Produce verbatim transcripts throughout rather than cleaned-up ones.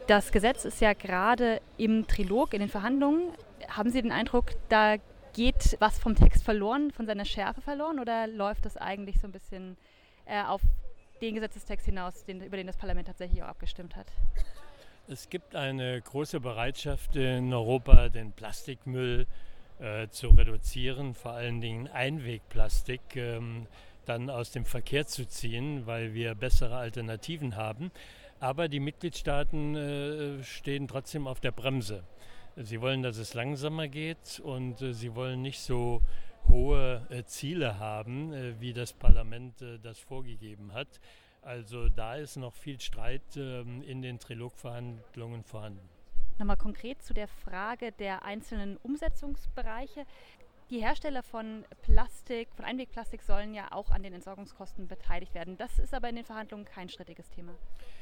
Das Gesetz ist ja gerade im Trilog, in den Verhandlungen. Haben Sie den Eindruck, da geht was vom Text verloren, von seiner Schärfe verloren, oder läuft das eigentlich so ein bisschen äh, auf den Gesetzestext hinaus, den, über den das Parlament tatsächlich auch abgestimmt hat? Es gibt eine große Bereitschaft in Europa, den Plastikmüll äh, zu reduzieren, vor allen Dingen Einwegplastik ähm, dann aus dem Verkehr zu ziehen, weil wir bessere Alternativen haben. Aber die Mitgliedstaaten äh, stehen trotzdem auf der Bremse. Sie wollen, dass es langsamer geht, und äh, sie wollen nicht so hohe äh, Ziele haben, äh, wie das Parlament äh, das vorgegeben hat. Also da ist noch viel Streit ähm, in den Trilogverhandlungen vorhanden. Nochmal konkret zu der Frage der einzelnen Umsetzungsbereiche. Die Hersteller von Plastik, von Einwegplastik sollen ja auch an den Entsorgungskosten beteiligt werden. Das ist aber in den Verhandlungen kein strittiges Thema.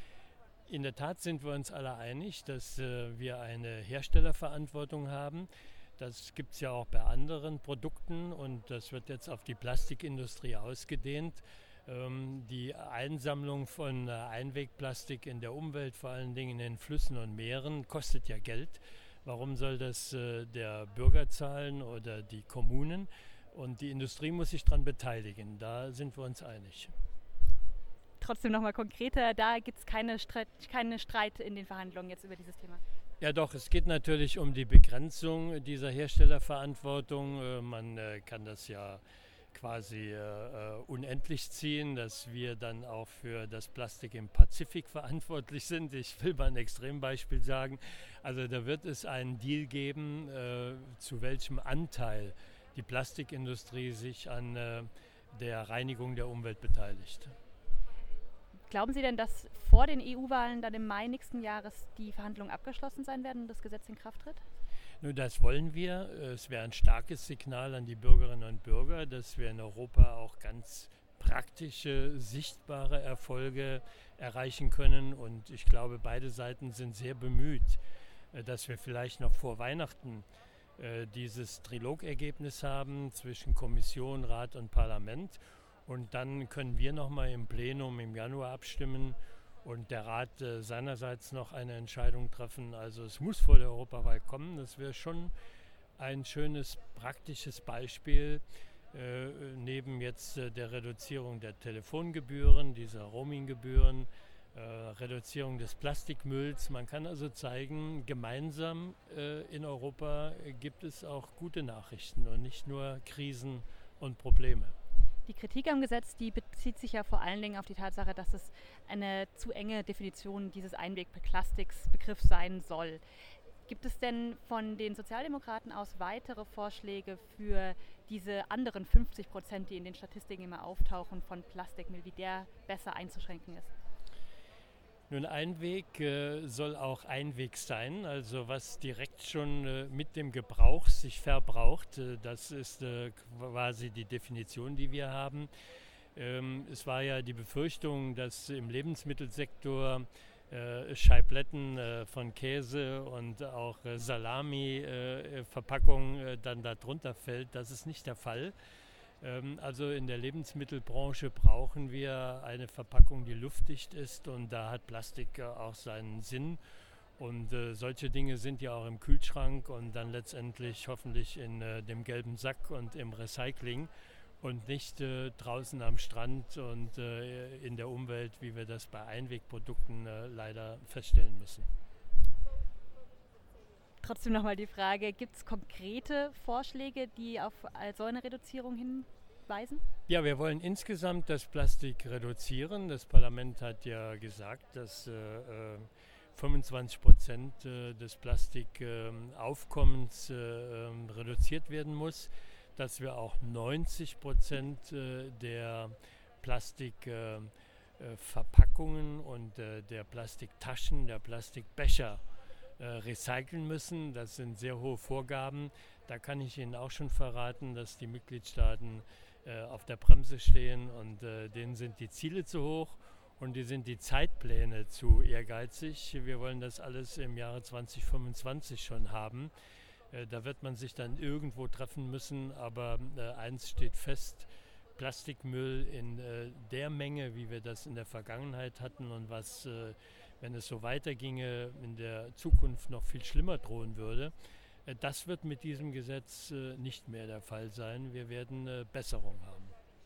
In der Tat sind wir uns alle einig, dass äh, wir eine Herstellerverantwortung haben. Das gibt es ja auch bei anderen Produkten, und das wird jetzt auf die Plastikindustrie ausgedehnt. Ähm, die Einsammlung von äh, Einwegplastik in der Umwelt, vor allen Dingen in den Flüssen und Meeren, kostet ja Geld. Warum soll das äh, der Bürger zahlen oder die Kommunen? Und die Industrie muss sich daran beteiligen. Da sind wir uns einig. Trotzdem nochmal konkreter, da gibt es keine Streit, keine Streit in den Verhandlungen jetzt über dieses Thema. Ja doch, es geht natürlich um die Begrenzung dieser Herstellerverantwortung. Äh, man äh, kann das ja quasi äh, unendlich ziehen, dass wir dann auch für das Plastik im Pazifik verantwortlich sind. Ich will mal ein Extrembeispiel sagen. Also da wird es einen Deal geben, äh, zu welchem Anteil die Plastikindustrie sich an äh, der Reinigung der Umwelt beteiligt. Glauben Sie denn, dass vor den E U-Wahlen dann im Mai nächsten Jahres die Verhandlungen abgeschlossen sein werden und das Gesetz in Kraft tritt? Nun, das wollen wir. Es wäre ein starkes Signal an die Bürgerinnen und Bürger, dass wir in Europa auch ganz praktische, sichtbare Erfolge erreichen können. Und ich glaube, beide Seiten sind sehr bemüht, dass wir vielleicht noch vor Weihnachten äh, dieses Trilogergebnis haben zwischen Kommission, Rat und Parlament. Und dann können wir nochmal im Plenum im Januar abstimmen und der Rat äh, seinerseits noch eine Entscheidung treffen. Also es muss vor der Europawahl kommen. Das wäre schon ein schönes, praktisches Beispiel, äh, neben jetzt äh, der Reduzierung der Telefongebühren, dieser Roaminggebühren, äh, Reduzierung des Plastikmülls. Man kann also zeigen, gemeinsam äh, in Europa äh, gibt es auch gute Nachrichten und nicht nur Krisen und Probleme. Die Kritik am Gesetz, die bezieht sich ja vor allen Dingen auf die Tatsache, dass es eine zu enge Definition dieses Einwegplastiksbegriffs sein soll. Gibt es denn von den Sozialdemokraten aus weitere Vorschläge für diese anderen fünfzig Prozent, die in den Statistiken immer auftauchen, von Plastikmüll, wie der besser einzuschränken ist? Nun, Einweg äh, soll auch Einweg sein, also was direkt schon äh, mit dem Gebrauch sich verbraucht. Äh, das ist äh, quasi die Definition, die wir haben. Ähm, es war ja die Befürchtung, dass im Lebensmittelsektor äh, Scheibletten äh, von Käse und auch äh, Salami-Verpackung äh, dann darunter fällt. Das ist nicht der Fall. Also in der Lebensmittelbranche brauchen wir eine Verpackung, die luftdicht ist, und da hat Plastik auch seinen Sinn. Und äh, solche Dinge sind ja auch im Kühlschrank und dann letztendlich hoffentlich in äh, dem gelben Sack und im Recycling und nicht äh, draußen am Strand und äh, in der Umwelt, wie wir das bei Einwegprodukten äh, leider feststellen müssen. Trotzdem nochmal die Frage, gibt es konkrete Vorschläge, die auf so eine Reduzierung hinweisen? Ja, wir wollen insgesamt das Plastik reduzieren. Das Parlament hat ja gesagt, dass äh, fünfundzwanzig Prozent äh, des Plastikaufkommens äh, äh, reduziert werden muss, dass wir auch neunzig Prozent äh, der Plastikverpackungen äh, und äh, der Plastiktaschen, der Plastikbecher recyceln müssen. Das sind sehr hohe Vorgaben. Da kann ich Ihnen auch schon verraten, dass die Mitgliedstaaten äh, auf der Bremse stehen, und äh, denen sind die Ziele zu hoch und die sind die Zeitpläne zu ehrgeizig. Wir wollen das alles im Jahre zwanzig fünfundzwanzig schon haben. Äh, da wird man sich dann irgendwo treffen müssen, aber äh, eins steht fest: Plastikmüll in äh, der Menge, wie wir das in der Vergangenheit hatten und was äh, wenn es so weiterginge, in der Zukunft noch viel schlimmer drohen würde. Das wird mit diesem Gesetz nicht mehr der Fall sein. Wir werden Besserung haben.